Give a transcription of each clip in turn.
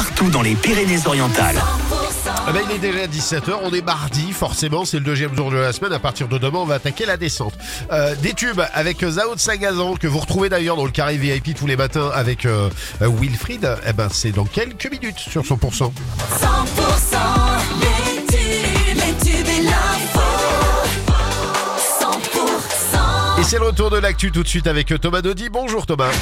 partout dans les Pyrénées-Orientales. Ah ben, il est déjà 17h, on est mardi, forcément, c'est le deuxième jour de la semaine. À partir de demain, on va attaquer la descente. Des tubes avec Zao de Sagazan, que vous retrouvez d'ailleurs dans le carré VIP tous les matins avec Wilfried. Eh ben, c'est dans quelques minutes sur 100%. 100% les tubes et l'info. 100%. Et c'est le retour de l'actu tout de suite avec Thomas Dodi. Bonjour Thomas.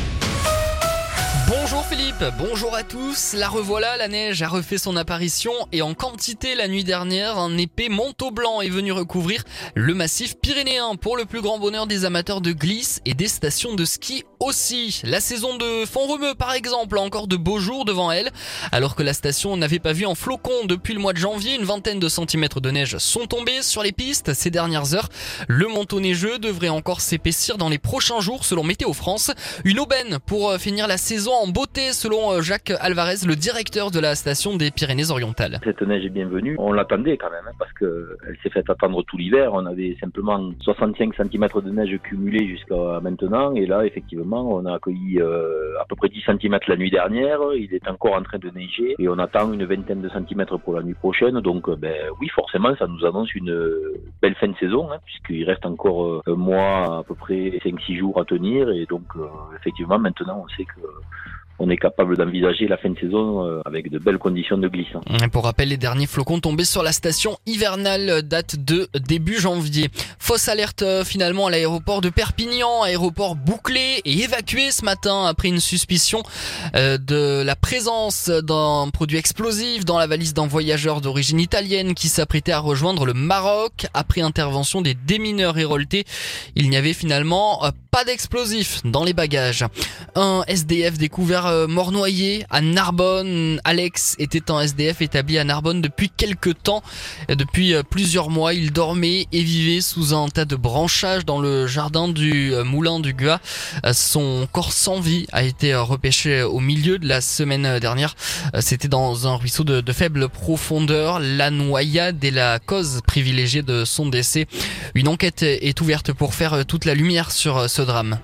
Bonjour Philippe, bonjour à tous. La revoilà, la neige a refait son apparition et en quantité la nuit dernière, un épais manteau blanc est venu recouvrir le massif pyrénéen pour le plus grand bonheur des amateurs de glisse et des stations de ski aussi. La saison de Font-Romeu par exemple a encore de beaux jours devant elle, alors que la station n'avait pas vu un flocon depuis le mois de janvier. Une vingtaine de centimètres de neige sont tombés sur les pistes ces dernières heures. Le manteau neigeux devrait encore s'épaissir dans les prochains jours selon Météo France. Une aubaine pour finir la saison en beauté selon Jacques Alvarez, le directeur de la station des Pyrénées-Orientales. Cette neige est bienvenue. On l'attendait quand même, parce qu'elle s'est fait attendre tout l'hiver. On avait simplement 65 cm de neige cumulée jusqu'à maintenant. Et là, effectivement, on a accueilli à peu près 10 cm la nuit dernière. Il est encore en train de neiger. Et on attend une vingtaine de centimètres pour la nuit prochaine. Donc, oui, forcément, ça nous annonce une belle fin de saison, puisqu'il reste encore un mois, à peu près 5-6 jours à tenir. Et donc, effectivement, maintenant, on sait que on est capable d'envisager la fin de saison avec de belles conditions de glisse. Pour rappel, les derniers flocons tombés sur la station hivernale datent de début janvier. Fausse alerte finalement à l'aéroport de Perpignan, aéroport bouclé et évacué ce matin après une suspicion de la présence d'un produit explosif dans la valise d'un voyageur d'origine italienne qui s'apprêtait à rejoindre le Maroc. Après intervention des démineurs héroltés, il n'y avait finalement pas d'explosif dans les bagages. Un SDF découvert mort noyé à Narbonne. Alex était un SDF établi à Narbonne depuis quelques temps. Depuis plusieurs mois, il dormait et vivait sous un tas de branchages dans le jardin du moulin du Guat. Son corps sans vie a été repêché au milieu de la semaine dernière. C'était dans un ruisseau de faible profondeur. La noyade est la cause privilégiée de son décès. Une enquête est ouverte pour faire toute la lumière sur ce drame.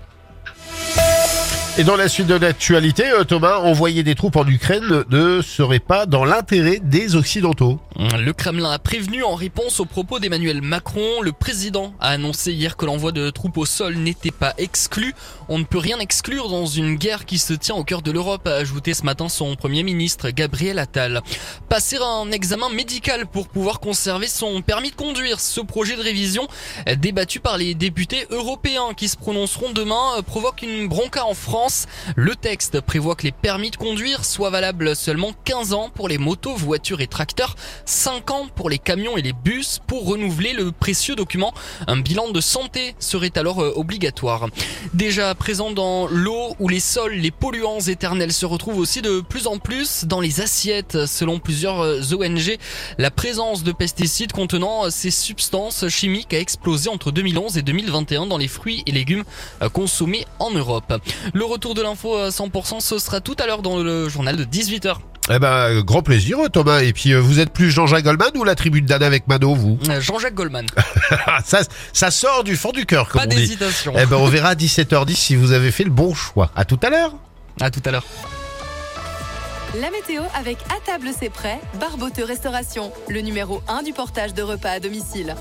Et dans la suite de l'actualité, Thomas, envoyer des troupes en Ukraine ne serait pas dans l'intérêt des Occidentaux. Le Kremlin a prévenu en réponse aux propos d'Emmanuel Macron. Le président a annoncé hier que l'envoi de troupes au sol n'était pas exclu. On ne peut rien exclure dans une guerre qui se tient au cœur de l'Europe, a ajouté ce matin son premier ministre Gabriel Attal. Passer un examen médical pour pouvoir conserver son permis de conduire. Ce projet de révision, débattu par les députés européens qui se prononceront demain, provoque une bronca en France. Le texte prévoit que les permis de conduire soient valables seulement 15 ans pour les motos, voitures et tracteurs, 5 ans pour les camions et les bus. Pour renouveler le précieux document, un bilan de santé serait alors obligatoire. Déjà présent dans l'eau ou les sols, les polluants éternels se retrouvent aussi de plus en plus dans les assiettes. Selon plusieurs ONG, la présence de pesticides contenant ces substances chimiques a explosé entre 2011 et 2021 dans les fruits et légumes consommés en Europe. Le retour de l'info 100%, ce sera tout à l'heure dans le journal de 18h. Eh ben, grand plaisir, Thomas. Et puis, vous êtes plus Jean-Jacques Goldman ou la tribu de Dana avec Mano, vous? Jean-Jacques Goldman. ça sort du fond du cœur, comme Pas on dit. d'hésitation. Eh ben, on verra à 17h10 si vous avez fait le bon choix. À tout à l'heure. À tout à l'heure. La météo avec À table c'est prêt, Barboteux Restauration, le numéro 1 du portage de repas à domicile.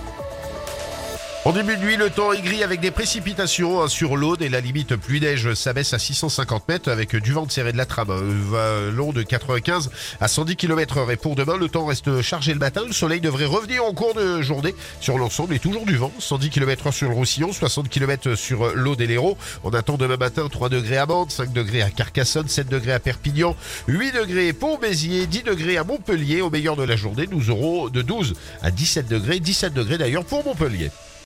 En début de nuit, le temps est gris avec des précipitations sur l'Aude et la limite pluie-neige s'abaisse à 650 mètres avec du vent de serré de la trame. Long de 95 à 110 km/h. Et pour demain, le temps reste chargé le matin. Le soleil devrait revenir en cours de journée sur l'ensemble et toujours du vent. 110 km/h sur le Roussillon, 60 km sur l'Aude et l'Hérault. On attend demain matin 3 degrés à Mende, 5 degrés à Carcassonne, 7 degrés à Perpignan, 8 degrés pour Béziers, 10 degrés à Montpellier. Au meilleur de la journée, nous aurons de 12 à 17 degrés, 17 degrés d'ailleurs pour Montpellier.